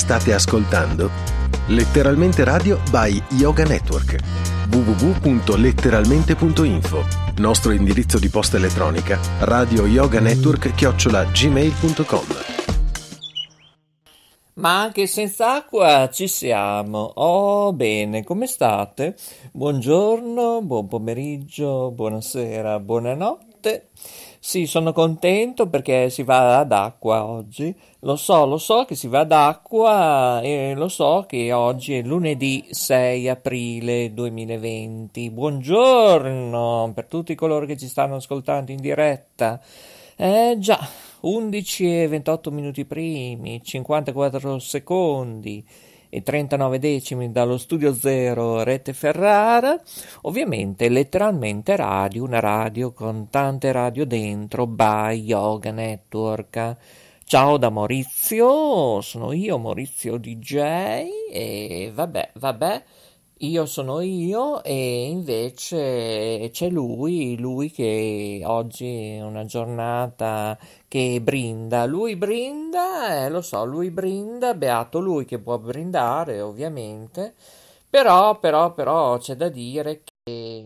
State ascoltando Letteralmente Radio by Yoga Network. www.letteralmente.info. Nostro indirizzo di posta elettronica radioyoganetwork@gmail.com. Ma anche senza acqua ci siamo. Oh, bene, come state? Buongiorno, buon pomeriggio, buonasera, buonanotte. Sì, sono contento perché si va ad acqua oggi. Lo so che si va ad acqua e lo so che oggi è lunedì 6 aprile 2020. Buongiorno per tutti coloro che ci stanno ascoltando in diretta. Già, 11 e 28 minuti primi, 54 secondi e 39 decimi dallo studio zero Rete Ferrara. Ovviamente letteralmente radio, una radio con tante radio dentro, by Yoga Network. Ciao da Maurizio, sono io Maurizio DJ e vabbè, io sono io e invece c'è lui che oggi è una giornata che brinda, lui brinda, lo so, lui brinda, beato lui che può brindare ovviamente, però c'è da dire che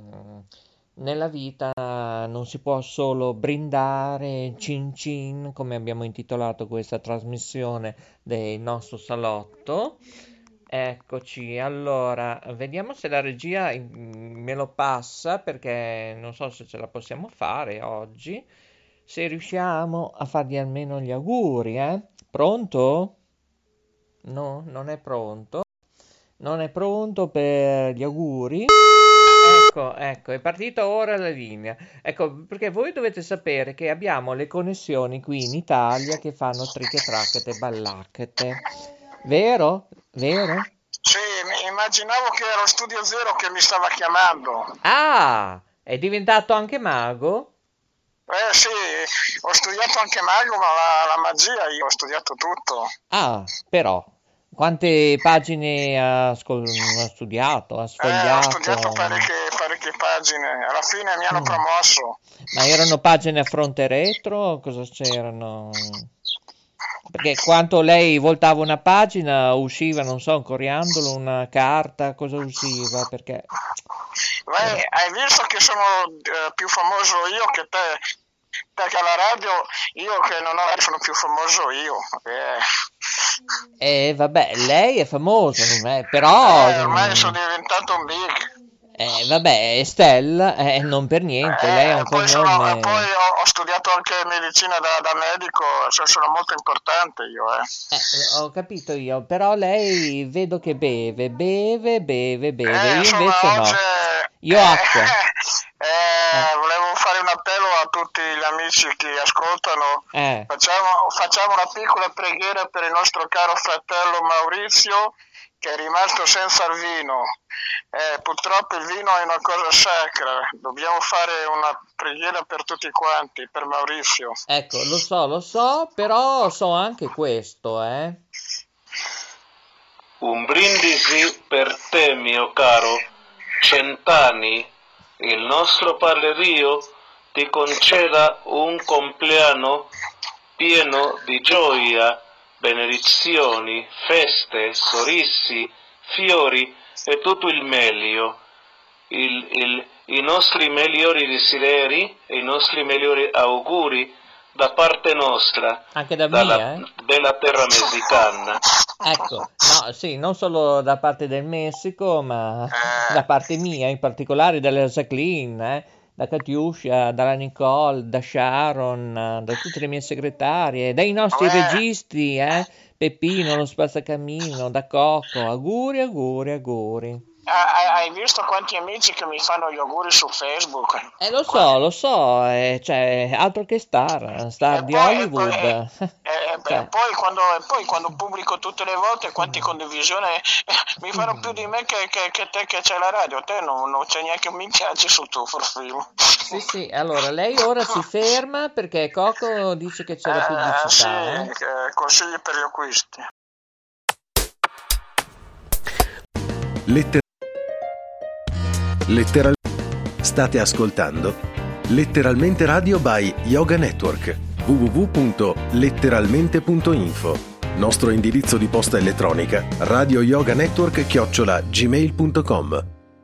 nella vita non si può solo brindare cin cin, come abbiamo intitolato questa trasmissione del nostro salotto. Eccoci, allora, vediamo se la regia me lo passa, perché non so se ce la possiamo fare oggi, se riusciamo a fargli almeno gli auguri, Pronto? No, non è pronto. Non è pronto per gli auguri. Ecco, è partita ora la linea. Ecco, perché voi dovete sapere che abbiamo le connessioni qui in Italia che fanno tricche tracchete ballacchete. Vero? Vero? Sì, immaginavo che era lo studio zero che mi stava chiamando. Ah, è diventato anche mago? Sì, ho studiato anche mago, ma la magia io ho studiato tutto. Ah, però, quante pagine ha studiato, ha sfogliato? Ho studiato parecchie pagine, alla fine mi hanno promosso. Ma erano pagine a fronte retro? Cosa c'erano? Perché quando lei voltava una pagina usciva, non so, un coriandolo, una carta, cosa usciva? Perché... Beh, hai visto che sono più famoso io che te? Perché alla radio, io che non ho radio sono più famoso io. Vabbè, lei è famoso, però... ormai sono diventato un big. Vabbè, Estelle, non per niente, lei ha un cognome... Poi ho studiato anche medicina da medico, cioè sono molto importante io, Ho capito io, però lei vedo che beve, io insomma, invece oggi, no, io acqua. Volevo fare un appello a tutti gli amici che ascoltano, facciamo una piccola preghiera per il nostro caro fratello Maurizio, che è rimasto senza il vino. Purtroppo il vino è una cosa sacra, dobbiamo fare una preghiera per tutti quanti, per Maurizio. Ecco, lo so, però so anche questo, Un brindisi per te, mio caro. 100 anni, il nostro Padre Dio ti conceda un compleanno pieno di gioia, benedizioni, feste, sorrisi, fiori e tutto il meglio. I nostri migliori desideri e i nostri migliori auguri da parte nostra, anche da mia, della terra messicana. Ecco, no, sì, non solo da parte del Messico, ma da parte mia, in particolare dalla Jacqueline, da Katiuscia, dalla Nicole, da Sharon, da tutte le mie segretarie, dai nostri registi, Peppino, lo spazzacamino, da Coco, auguri. Hai visto quanti amici che mi fanno gli auguri su Facebook? Lo so, cioè, altro che star di Hollywood. Poi quando pubblico tutte le volte, quanti condivisioni mi fanno più di me che te che c'è la radio. Te non c'è neanche un mi piace sul tuo profilo. Sì, allora lei ora si ferma perché Coco dice che c'è la pubblicità. Sì, consigli per gli acquisti. State ascoltando Letteralmente Radio by Yoga Network. www.letteralmente.info. Nostro indirizzo di posta elettronica radioyoganetwork@gmail.com.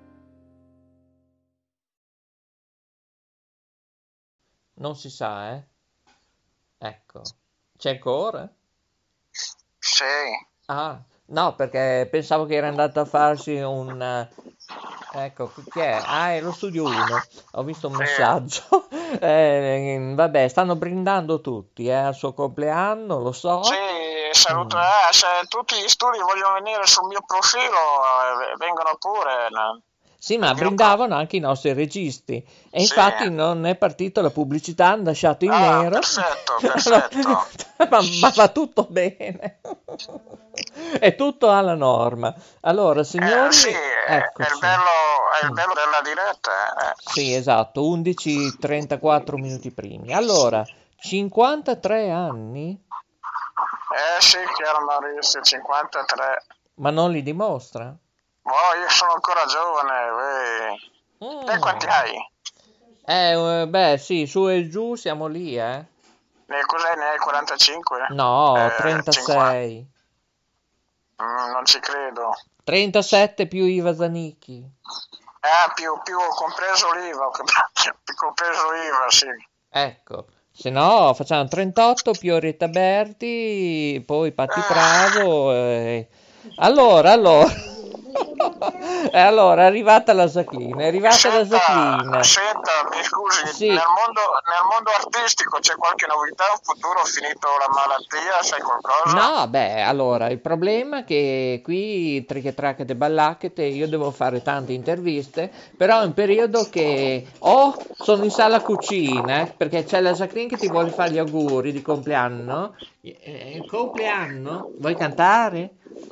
Non si sa, Ecco. C'è ancora? Sì. Ah, no, perché pensavo che era andato a farsi un... Ecco, chi è? Ah, è lo studio 1. Ho visto un messaggio. Vabbè, stanno brindando tutti, al suo compleanno, lo so. Sì, saluto. Se tutti gli studi vogliono venire sul mio profilo, vengono pure. No? Sì, ma brindavano anche i nostri registi. E infatti non è partita la pubblicità, hanno lasciato in nero. Perfetto. ma va tutto bene. È tutto alla norma. Allora, signori, sì, eccoci. È il bello della diretta. Sì, esatto, 11:34 minuti primi. Allora, 53 anni? Sì, chiaro Maurizio, 53. Ma non li dimostra? Io sono ancora giovane. Te quanti hai? Beh, sì, su e giù siamo lì, Cos'è? Ne hai 45? No, 36. Non ci credo. 37 più Iva Zanicchi. Più compreso l'IVA, compreso l'IVA, sì. Ecco, se no facciamo 38 più Orietta Berti, poi Patti Bravo. Allora. E allora è arrivata la Jacqueline, Senta, mi scusi, sì. nel mondo artistico c'è qualche novità? In futuro, finito la malattia, sai qualcosa? No, beh, allora, il problema è che qui, triche ballacchete, io devo fare tante interviste, però è un periodo che sono in sala cucina, perché c'è la Jacqueline che ti vuole fare gli auguri di compleanno. Compleanno? Vuoi cantare?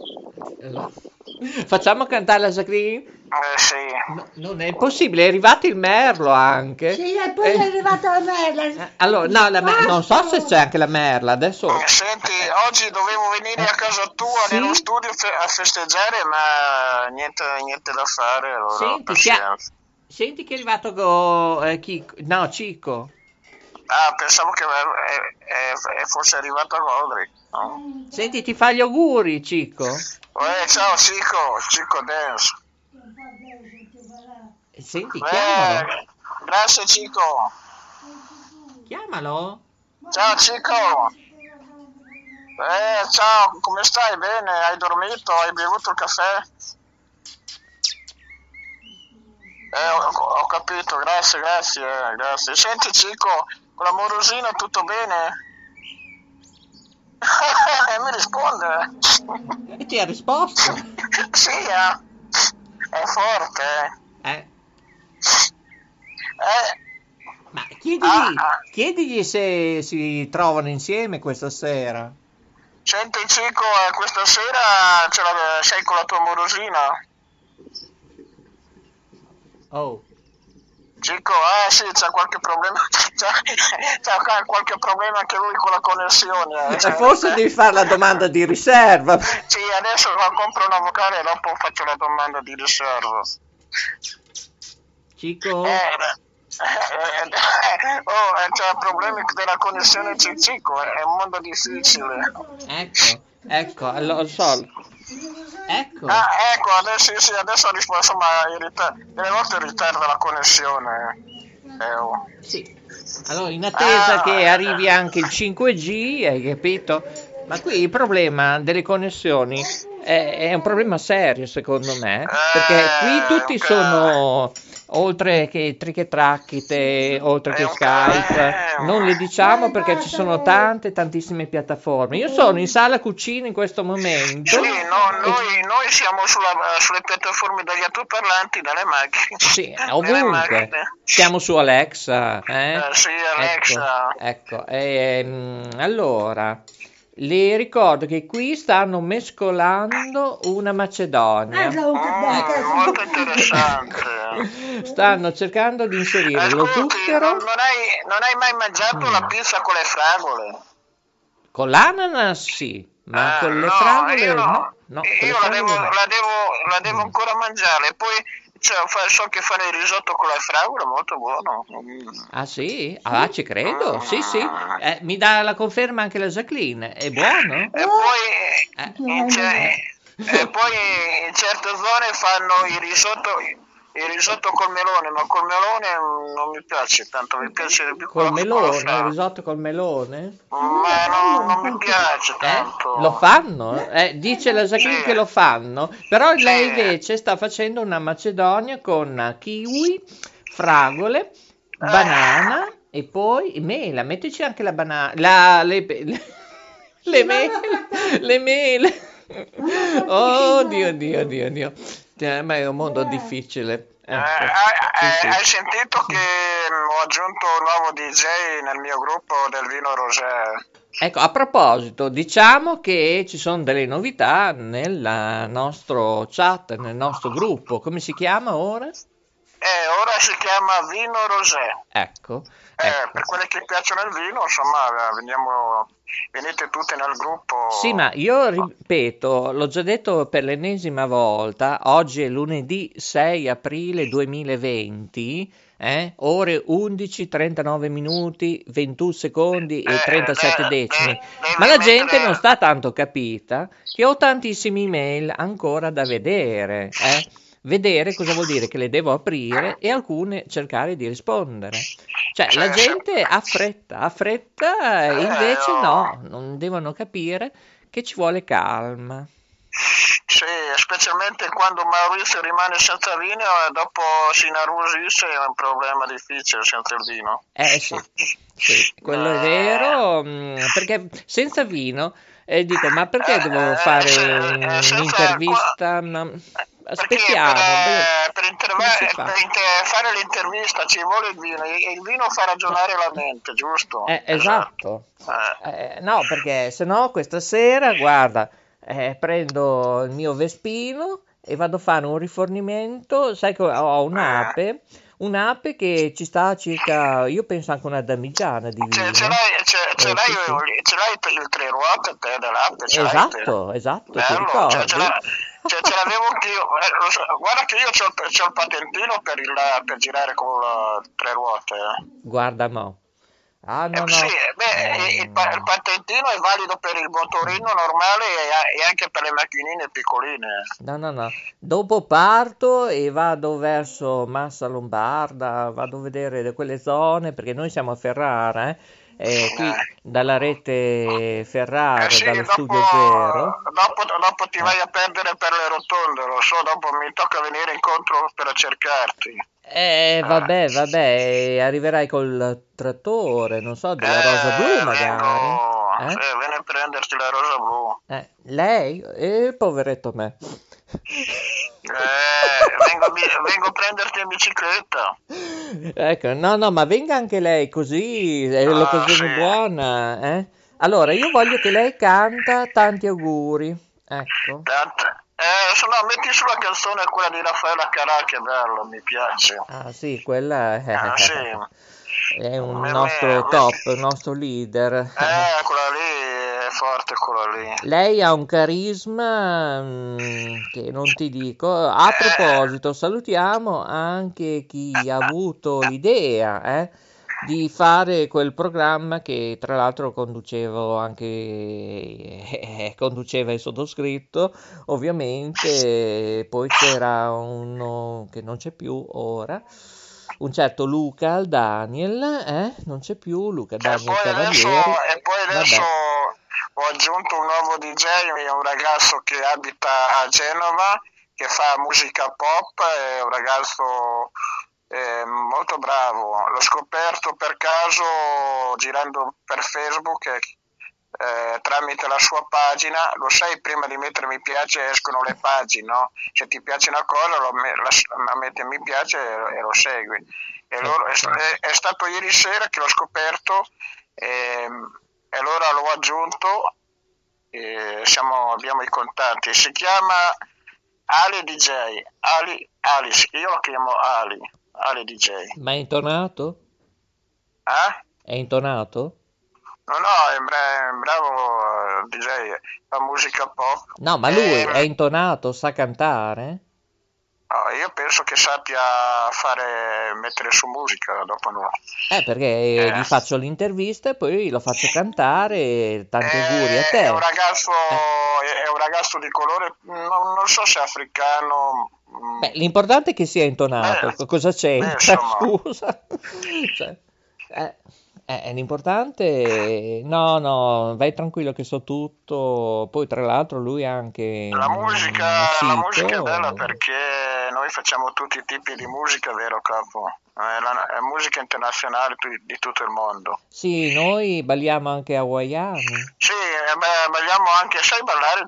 Facciamo cantare la Jacqueline? Sì. No, non è possibile, è arrivato il merlo anche. Sì, e poi è arrivata la merla. Allora, no, non so se c'è anche la merla, adesso... Senti, oggi dovevo venire a casa tua nello studio a festeggiare, ma niente da fare, allora Senti che è arrivato Cico. Pensavo che fosse arrivato a Godri. No? Senti, ti fa gli auguri, Cico. Ciao Cico Dance. Senti, chiamalo. Grazie Cico. Chiamalo. Ciao Cico. Ciao, come stai? Bene? Hai dormito? Hai bevuto il caffè? Ho capito, grazie. Senti Cico, con l'amorosino tutto bene? Mi risponde. E ti ha risposto? Sì, è forte. Ma chiedigli se si trovano insieme questa sera. Senti Cico, questa sera sei con la tua amorosina? Oh. Cico, sì, c'è qualche problema. C'è qualche problema anche lui con la connessione. Forse devi fare la domanda di riserva. Sì, adesso compro una vocale e dopo faccio la domanda di riserva. Cico? C'è problemi della connessione Cico, è un mondo difficile. Ecco, allora so. Ecco. Ecco, adesso ho risposto, ma delle volte ritarda la connessione. Sì. Allora, in attesa che arrivi anche il 5G, hai capito? Ma qui il problema delle connessioni è un problema serio, secondo me, perché qui tutti sono, oltre che trichetracchite, oltre che Skype, non le diciamo perché ci sono tantissime piattaforme. Io sono in sala cucina in questo momento. Sì, noi siamo sulle piattaforme degli altoparlanti, dalle macchine. Sì, ovunque. Siamo su Alexa. Sì, Alexa. Ecco. Allora... Le ricordo che qui stanno mescolando una Macedonia. Molto interessante. Stanno cercando di inserire lo zucchero. Non hai mai mangiato la pizza con le fragole? Con l'ananas sì, ma con le fragole no. no. Io la devo ancora mangiare. Poi so che fanno il risotto con la fragola, molto buono. Ah sì? Ah, ci credo, sì. Mi dà la conferma anche la Jacqueline, è buono? E poi in certe zone fanno il risotto col melone, ma col melone non mi piace tanto, mi piace più col melone, il risotto col melone? Ma non mi piace tanto. Lo fanno? Dice la Jacqueline che lo fanno, però lei invece sta facendo una macedonia con kiwi, fragole, banana e poi mela, mettici anche la banana, le mele. Oh Dio. Ma è un mondo difficile. Hai sentito che ho aggiunto un nuovo DJ nel mio gruppo del vino rosé? Ecco, a proposito, diciamo che ci sono delle novità nel nostro chat, nel nostro gruppo. Come si chiama ora? Ora si chiama Vino Rosé. Ecco. Per quelli che piacciono il vino, insomma, venite tutti nel gruppo. Sì, ma io ripeto, l'ho già detto per l'ennesima volta, oggi è lunedì 6 aprile 2020, ore 11, 39 minuti, 21 secondi e 37 decimi. Ma la gente non sta tanto capita che ho tantissime email ancora da vedere, Vedere cosa vuol dire? Che le devo aprire e alcune cercare di rispondere. Cioè, la gente ha fretta, invece no, non devono capire che ci vuole calma. Sì, specialmente quando Maurizio rimane senza vino e dopo si inarrosisce, è un problema difficile senza il vino. Sì, quello è vero, perché senza vino, dico, ma perché devo fare un'intervista? Aspettiamo. Per fare l'intervista ci vuole il vino, e il vino fa ragionare la mente, giusto? Esatto. No, perché sennò questa sera, guarda, prendo il mio Vespino e vado a fare un rifornimento. Sai che ho un'ape che ci sta circa, io penso anche una damigiana di vino. Ce l'hai il tre ruote te dell'ape? Esatto, bello, ti ricordi? Ce l'avevo anch'io. Guarda che io c'ho il patentino per girare con tre ruote. Guarda, no. No. Sì, il patentino è valido per il motorino normale e anche per le macchinine piccoline. No. Dopo parto e vado verso Massa Lombarda, vado a vedere quelle zone, perché noi siamo a Ferrara, qui dalla rete Ferrara, dallo Studio Zero. Dopo ti vai a perdere per le rotonde, lo so, dopo mi tocca venire incontro per cercarti. Vabbè, arriverai col trattore, non so, della rosa blu magari. Vieni a prenderti la rosa blu. Lei? Poveretto me. Vengo a prenderti in bicicletta. Ecco, no, ma venga anche lei, così è l'occasione buona, Allora, io voglio che lei canta Tanti auguri, ecco. No, metti sulla canzone quella di Raffaella Carrà, che è bella, mi piace. Ah sì, quella sì. È un nostro top, un nostro leader. Quella lì è forte, quella lì. Lei ha un carisma che non ti dico. A proposito, salutiamo anche chi ha avuto l'idea, di fare quel programma che tra l'altro conduceva il sottoscritto, ovviamente. Poi c'era uno che non c'è più ora, un certo Luca Daniel, non c'è più Luca Daniel Cavalieri. E poi adesso ho aggiunto un nuovo DJ, un ragazzo che abita a Genova, che fa musica pop, è un ragazzo molto bravo. L'ho scoperto per caso girando per Facebook tramite la sua pagina. Lo sai, prima di mettere mi piace escono le pagine, no? Se ti piace una cosa la metti mi piace e lo segui. È stato ieri sera che l'ho scoperto e allora l'ho aggiunto e abbiamo i contatti. Si chiama Ali DJ, Ali, io lo chiamo Ali DJ. Ma è intonato? È intonato? No, è un bravo DJ, fa musica pop. No, ma lui è intonato, sa cantare? Io penso che sappia mettere su musica dopo noi. Perché gli faccio l'intervista e poi lo faccio cantare, tanti auguri a te. È un ragazzo di colore, non so se è africano. Beh, l'importante è che sia intonato, cosa c'entra, scusa? Cioè, l'importante, no, vai tranquillo che so tutto, poi tra l'altro lui ha anche la musica è bella perché noi facciamo tutti i tipi di musica, vero capo? È musica internazionale di tutto il mondo. Sì, noi balliamo anche hawaiani. Sì, balliamo anche, sai ballare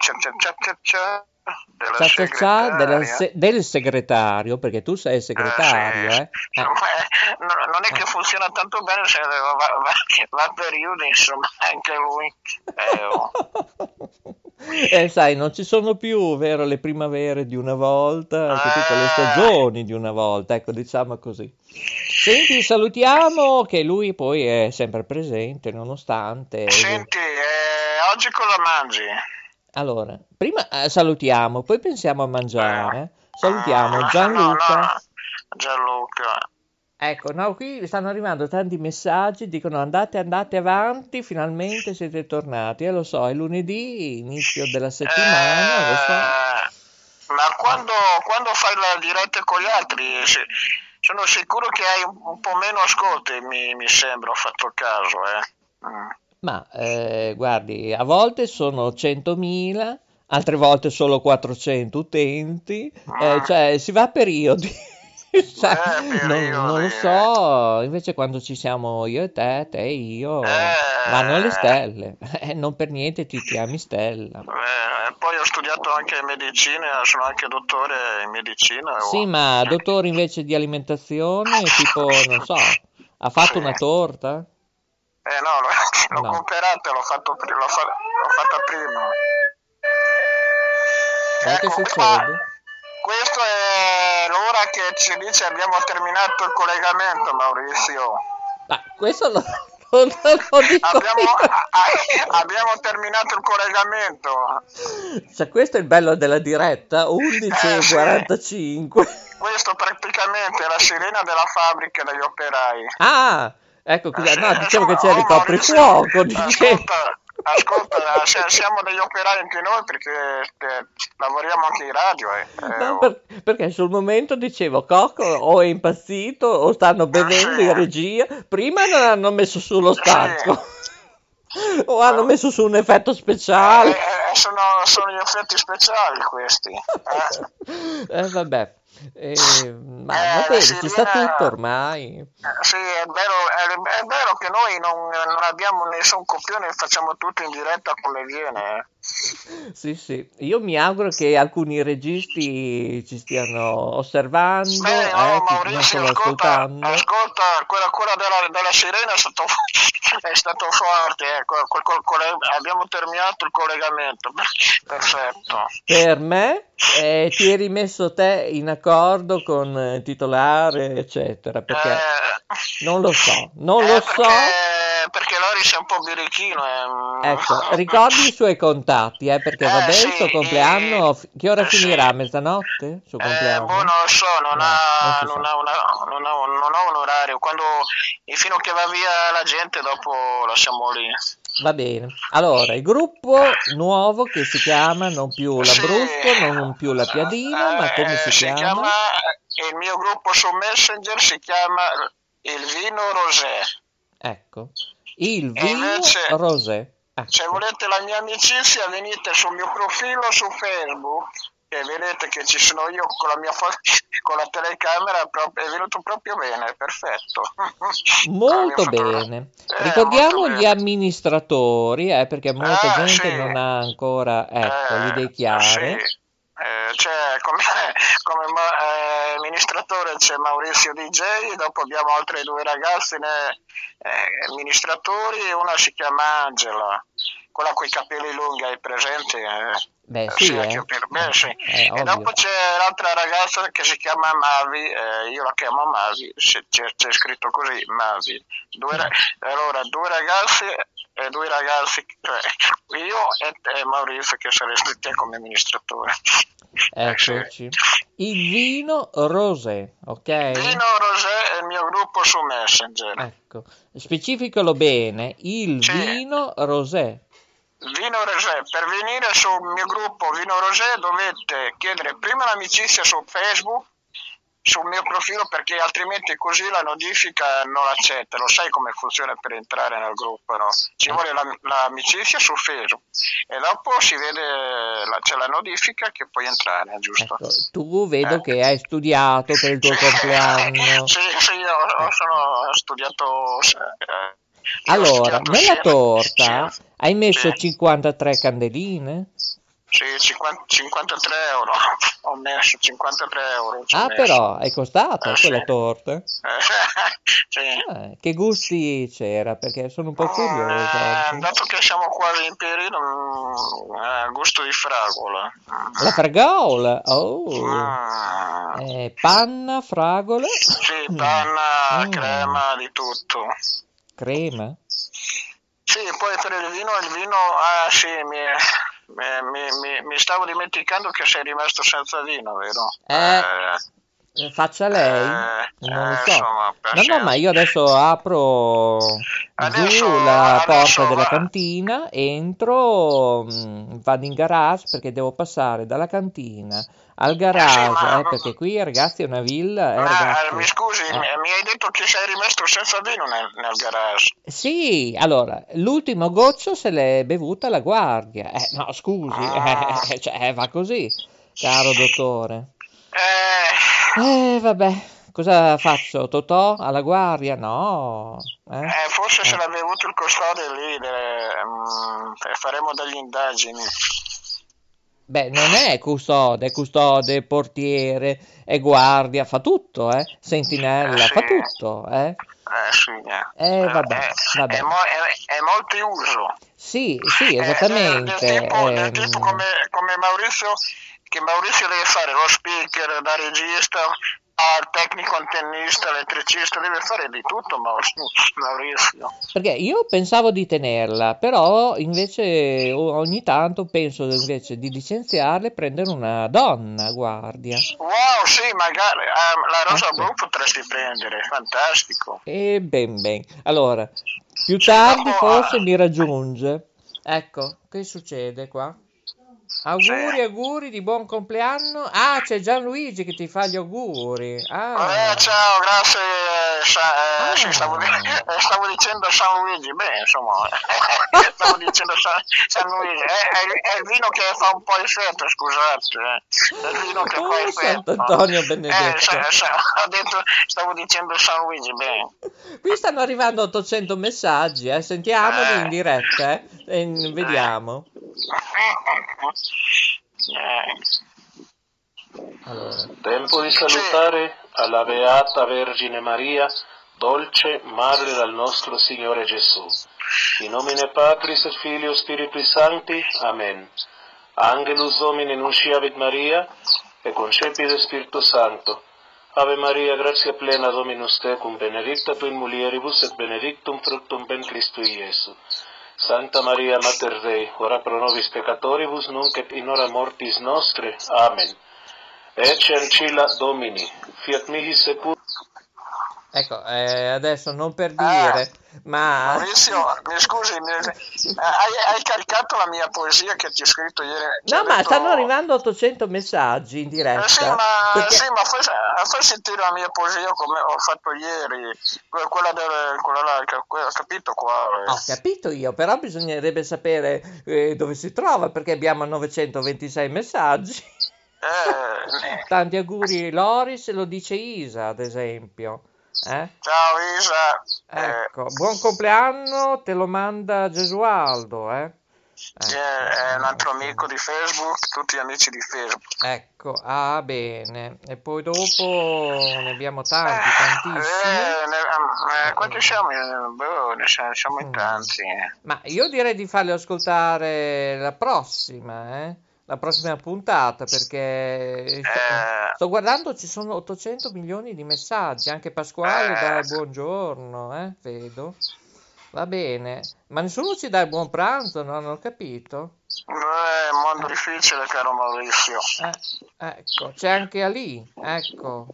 del segretario, perché tu sei il segretario, sì. Non è che funziona tanto bene, se va per periodi, insomma, anche lui. Sai, non ci sono più, vero, le primavere di una volta, tutte le stagioni di una volta, ecco, diciamo così. Senti, salutiamo, che lui poi è sempre presente, nonostante. Senti, oggi cosa mangi? Allora, prima salutiamo, poi pensiamo a mangiare. Salutiamo Gianluca. No. Gianluca. Ecco, no, qui stanno arrivando tanti messaggi, dicono andate avanti, finalmente siete tornati. Lo so, è lunedì, inizio della settimana, lo so. Ma quando fai la diretta con gli altri, sono sicuro che hai un po' meno ascolti, mi sembra, ho fatto caso, Ma guardi, a volte sono 100.000, altre volte solo 400 utenti, cioè si va a periodi. Non lo so, invece quando ci siamo io e te e io, vanno le stelle, non per niente ti chiami Stella. Poi ho studiato anche medicina, sono anche dottore in medicina. Sì, ma dottore invece di alimentazione, tipo, non so, ha fatto una torta? No, l'ho comprata, l'ho fatta prima. Che succede? Questo è l'ora che ci dice abbiamo terminato il collegamento, Maurizio. Ma questo lo dico abbiamo terminato il collegamento. Cioè, questo è il bello della diretta, 11:45. Sì. Questo praticamente è la sirena della fabbrica degli operai. Ah, ecco, dicevo che c'è il coprifuoco. Ascolta, siamo degli operai anche noi perché lavoriamo anche in radio. No, perché sul momento dicevo Cocco o è impazzito o stanno bevendo in regia. Prima non hanno messo su lo stacco o hanno messo su un effetto speciale. Sono gli effetti speciali questi. Vabbè. Ma va bene, ci sta tutto ormai. Sì, è vero che noi non abbiamo nessun copione, facciamo tutto in diretta come viene. Sì, io mi auguro che alcuni registi ci stiano osservando, Maurizio, ascolta, quella della sirena è stato forte, abbiamo terminato il collegamento, perfetto. Per me ti eri messo te in accordo con titolare, eccetera, perché non lo so. Perché Lori sei un po' birichino. Ecco, ricordi i suoi contatti, perché vabbè, il suo compleanno, che ora finirà? Mezzanotte? Il suo compleanno? Non lo so, non ha un orario. Fino a che va via la gente, dopo lasciamo lì. Va bene. Allora, il gruppo nuovo che si chiama non più l'Abruzzo, non più la Piadina, ma come si chiama? Il mio gruppo su Messenger si chiama Il Vino Rosé. Ecco, il Vino Rosé. Se volete la mia amicizia, venite sul mio profilo su Facebook e vedete che ci sono io con la mia con la telecamera, è venuto proprio bene, perfetto. Molto bene. Ricordiamo gli amministratori, perché molta gente non ha ancora, l'idea chiara. Sì. C'è come amministratore c'è Maurizio DJ, dopo abbiamo altre due ragazze amministratori, una si chiama Angela, quella con i capelli lunghi, hai presente? Sì. E dopo c'è l'altra ragazza che si chiama Mavi, io la chiamo Mavi, c'è scritto così, Mavi. Due ragazze e due ragazzi, io e Maurizio che saresti te come amministratore. Eccoci. Il vino rosé, ok? Vino rosé è il mio gruppo su Messenger. Ecco, specificalo bene, il vino rosé. Vino rosé, per venire sul mio gruppo Vino rosé dovete chiedere prima l'amicizia su Facebook, sul mio profilo, perché altrimenti così la notifica non accetta. Lo sai come funziona per entrare nel gruppo, no? Ci vuole l'amicizia su Facebook e dopo si vede, c'è la notifica che puoi entrare, giusto? Ecco, tu vedo che hai studiato per il tuo compleanno. Sì, io sono studiato. Allora, nella torta hai messo 53 candeline? Sì, 53 euro, ho messo 53 euro. Però è costata quella torta? Sì. Che gusti c'era? Perché sono un po' curioso. Dato che siamo quasi in periodo, gusto di fragola. La fragola? Panna, fragola? Sì, panna, crema, di tutto. Crema? Sì, poi per il vino, sì, mi stavo dimenticando che sei rimasto senza vino, vero? Faccia lei? Non lo so. Insomma, no, ma io adesso apro giù la porta della cantina, entro, vado in garage perché devo passare dalla cantina al garage, perché qui ragazzi è una villa. Mi scusi, mi hai detto che sei rimasto senza vino nel garage. Sì, allora, l'ultimo goccio se l'è bevuta la guardia. No, scusi, va così, caro dottore. Vabbè, cosa faccio? Totò alla guardia? No. Forse se l'ha bevuto il custode lì, faremo delle indagini. Beh, non è custode, portiere, è guardia, fa tutto, sentinella, fa tutto, vabbè. È multiuso. Sì, esattamente. Del tipo come Maurizio, che Maurizio deve fare lo speaker, da regista, al tecnico antennista, elettricista, deve fare di tutto Maurizio. Perché io pensavo di tenerla, però invece ogni tanto penso invece di licenziarla e prendere una donna guardia. Wow, sì, magari la Rosa Blu potresti prendere, fantastico. Ben. Allora, più tardi forse mi raggiunge. Ecco, che succede qua? Auguri di buon compleanno. C'è Gianluigi che ti fa gli auguri. Ciao, grazie. Sì, stavo dicendo San Luigi. Beh, insomma, stavo dicendo San Luigi. È il vino che fa un po' effetto, scusate. È il vino che fa effetto. Sant'Antonio Benedetto. Stavo dicendo San Luigi. Bene. Qui stanno arrivando 800 messaggi. Sentiamoli in diretta. Vediamo. Allora. Tempo di salutare alla Beata Vergine Maria, dolce Madre del nostro Signore Gesù. In nomine Patris et Filio Spiritui Sancti. Amen. Angelus Domini nunciavit Maria, e concepit Spiritu Sancto. Ave Maria, gratia plena Dominus tecum, benedicta tu in mulieribus, et benedictum fructum ventris Iesu. Santa Maria Mater Dei, ora pro nobis peccatoribus, nunc et in hora mortis nostre. Amen. Ecce ancilla Domini, fiat mihi secundum. Ecco, adesso non per dire, ma... Maurizio, mi scusi, hai caricato la mia poesia che ti ho scritto ieri? No, ma stanno arrivando 800 messaggi in diretta. Sì, ma fai sentire la mia poesia come ho fatto ieri, quella là, ho capito qua. Ho capito io, però bisognerebbe sapere dove si trova, perché abbiamo 926 messaggi. Tanti auguri Loris, lo dice Isa, ad esempio. Ciao Isa. Ecco, buon compleanno, te lo manda Gesualdo, È un altro amico di Facebook, tutti amici di Facebook. Ecco, bene. E poi dopo ne abbiamo tantissimi. Quanti siamo? Siamo in tanti. Ma io direi di farli ascoltare la prossima, la prossima puntata, perché sto guardando, ci sono 800 milioni di messaggi, anche Pasquale dà il buongiorno, vedo. Va bene, ma nessuno ci dà il buon pranzo, no? Non ho capito. È un mondo difficile, caro Maurizio. Ecco, c'è anche Ali, ecco.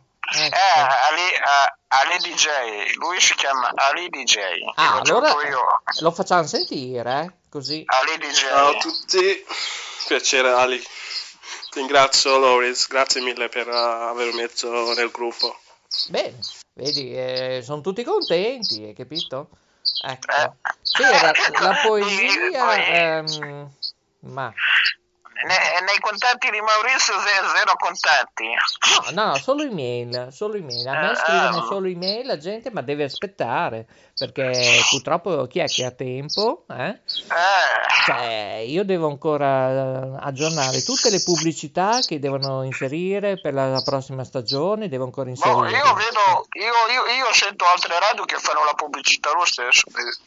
Ali DJ, lui si chiama Ali DJ. Allora lo facciamo sentire, così. Ali DJ. Ciao a tutti, piacere Ali. Ti ringrazio Loris, grazie mille per avermi messo nel gruppo. Bene, vedi, sono tutti contenti, hai capito? Ecco, c'era la poesia, ma... Nei contatti di Maurizio zero contatti. No, solo email. A me scrivono solo email la gente, ma deve aspettare, perché purtroppo chi è che ha tempo? Cioè, io devo ancora aggiornare tutte le pubblicità che devono inserire per la prossima stagione, devo ancora inserire. Io sento altre radio che fanno la pubblicità lo stesso.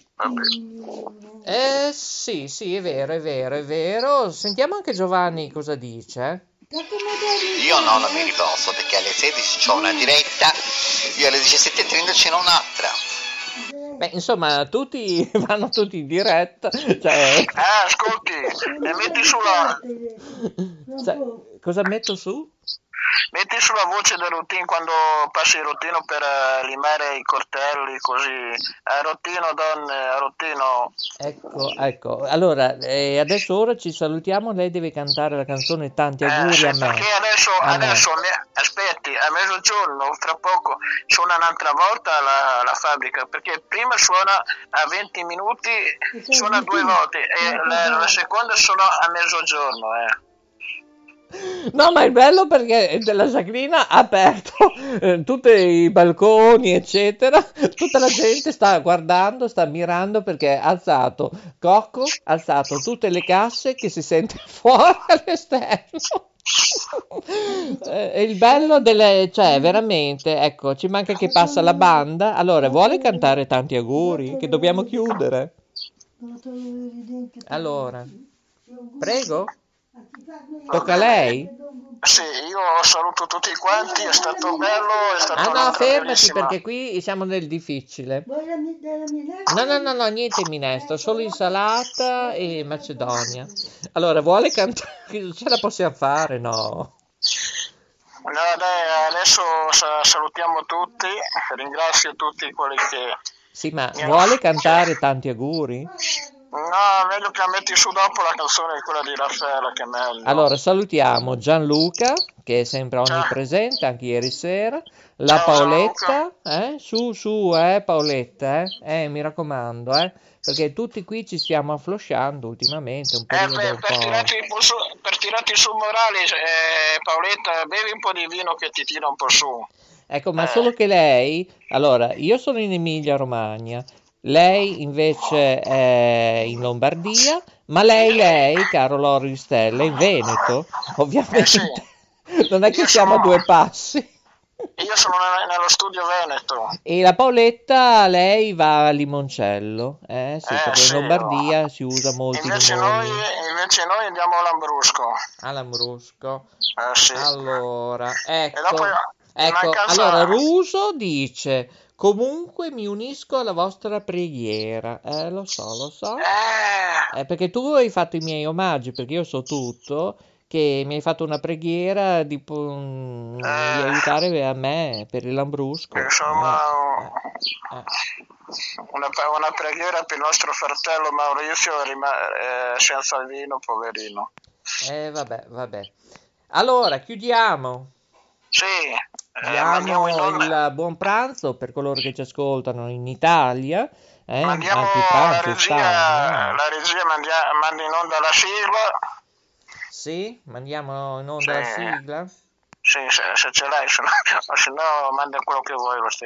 Sì, è vero. Sentiamo anche Giovanni cosa dice. Io non mi riposo perché alle 16 c'ho una diretta, io alle 17:30 ce n'ho un'altra. Beh, insomma, tutti vanno tutti in diretta. Cioè... ascolti, e metti sulla... cosa metto su? Metti sulla voce del routine quando passi il routino per limare i coltelli, così. A routino, donne, a routino. Ecco. Allora, adesso ora ci salutiamo. Lei deve cantare la canzone Tanti auguri a me. Perché adesso aspetti, a mezzogiorno, tra poco, suona un'altra volta la fabbrica, perché prima suona a 20 minuti, suona 2 volte, e la seconda suona a mezzogiorno, No, ma è bello perché della Sagrina ha aperto tutti i balconi, eccetera. Tutta la gente sta guardando, sta ammirando perché ha alzato Cocco, ha alzato tutte le casse che si sente fuori all'esterno. Il bello cioè veramente, ecco, ci manca che passa la banda. Allora, vuole cantare Tanti auguri? Che dobbiamo chiudere. Allora, prego. Tocca a lei? Sì, io saluto tutti quanti, è stato bello, è stato no, fermati perché qui siamo nel difficile. No, niente minestrone, solo insalata e macedonia. Allora, vuole cantare? Ce la possiamo fare, no? No, dai, adesso salutiamo tutti, ringrazio tutti quelli che... Sì, ma vuole cantare Tanti auguri? No, meglio che la metti su dopo la canzone, quella di Raffaella, che è meglio. Allora, salutiamo Gianluca, che è sempre onnipresente, anche ieri sera. La Ciao, Paoletta, su, Paoletta, mi raccomando, perché tutti qui ci stiamo afflosciando ultimamente, un periodo un po'... per tirarti su morale, Paoletta, bevi un po' di vino che ti tira un po' su. Ecco, ma solo che lei... Allora, io sono in Emilia Romagna, lei invece è in Lombardia, ma lei, caro Lori Stella, è in Veneto, ovviamente. Sì. Non è che siamo a 2 passi. Io sono nello studio Veneto. E la Paoletta, lei va a Limoncello, perché in Lombardia si usa molto. Invece noi andiamo a Lambrusco. A Lambrusco. Sì. Allora, ecco. Ecco, allora Ruso dice: comunque mi unisco alla vostra preghiera. Lo so. Perché tu hai fatto i miei omaggi, perché io so tutto, che mi hai fatto una preghiera di aiutare a me per il Lambrusco. Insomma, una preghiera per il nostro fratello Maurizio senza il vino, poverino. Vabbè. Allora, chiudiamo. Sì. Diamo il buon pranzo per coloro che ci ascoltano in Italia. Mandiamo la regia manda in onda la sigla. Sì, mandiamo in onda la sigla. Sì, se ce l'hai, se no manda quello che vuoi lo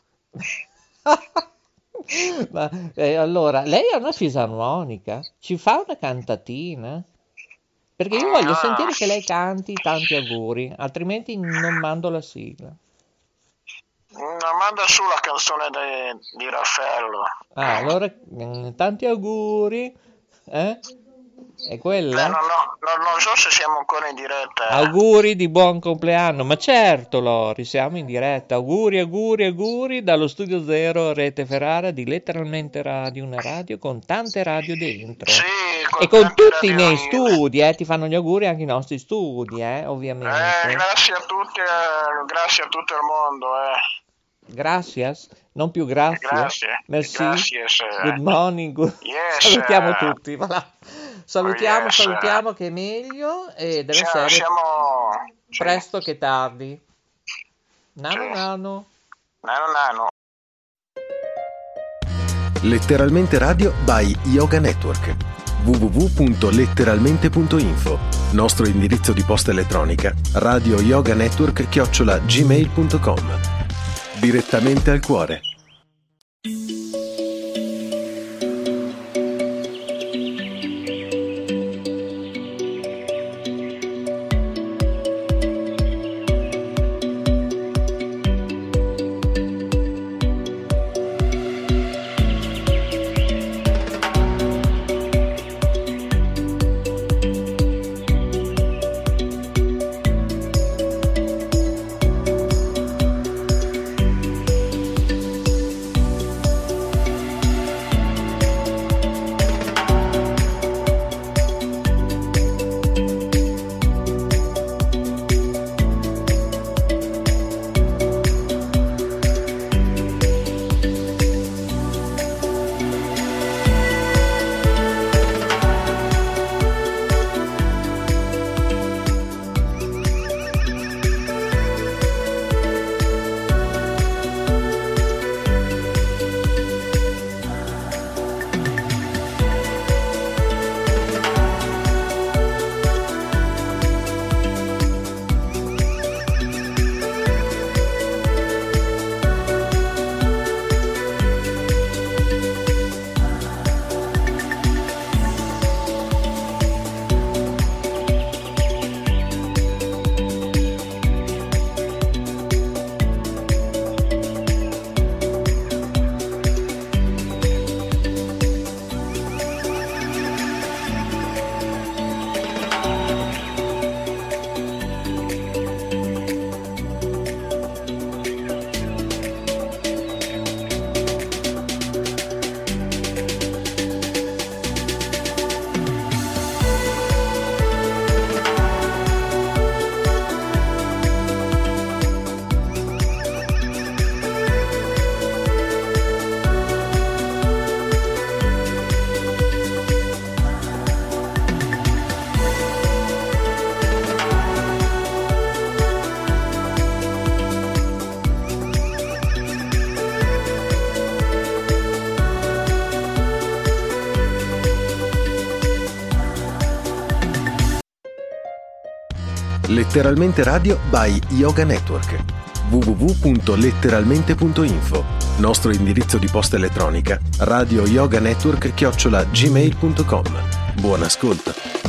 stesso. Ma, allora, lei è una fisarmonica? Ci fa una cantatina? Perché io voglio sentire che lei canti Tanti auguri, altrimenti non mando la sigla. Manda su la canzone di Raffaello. Allora, tanti auguri. È quella? Non so se siamo ancora in diretta. Auguri di buon compleanno. Ma certo, Lori, siamo in diretta. Auguri dallo Studio Zero Rete Ferrara di Letteralmente Radio, una radio con tante radio dentro. Sì, e con tutti i miei studi, ti fanno gli auguri anche i nostri studi, ovviamente. Grazie a tutti, grazie a tutto il mondo. Gracias, non più grazie. Merci. Gracias. Good morning. Yes. Salutiamo tutti. Voilà. Salutiamo che è meglio e deve essere presto che tardi. Nano. Letteralmente Radio by Yoga Network. www.letteralmente.info. Nostro indirizzo di posta elettronica radioyoganetwork@gmail.com. Direttamente al cuore. Letteralmente Radio by Yoga Network. www.letteralmente.info. Nostro indirizzo di posta elettronica radioyoganetwork@gmail.com. Buon ascolto.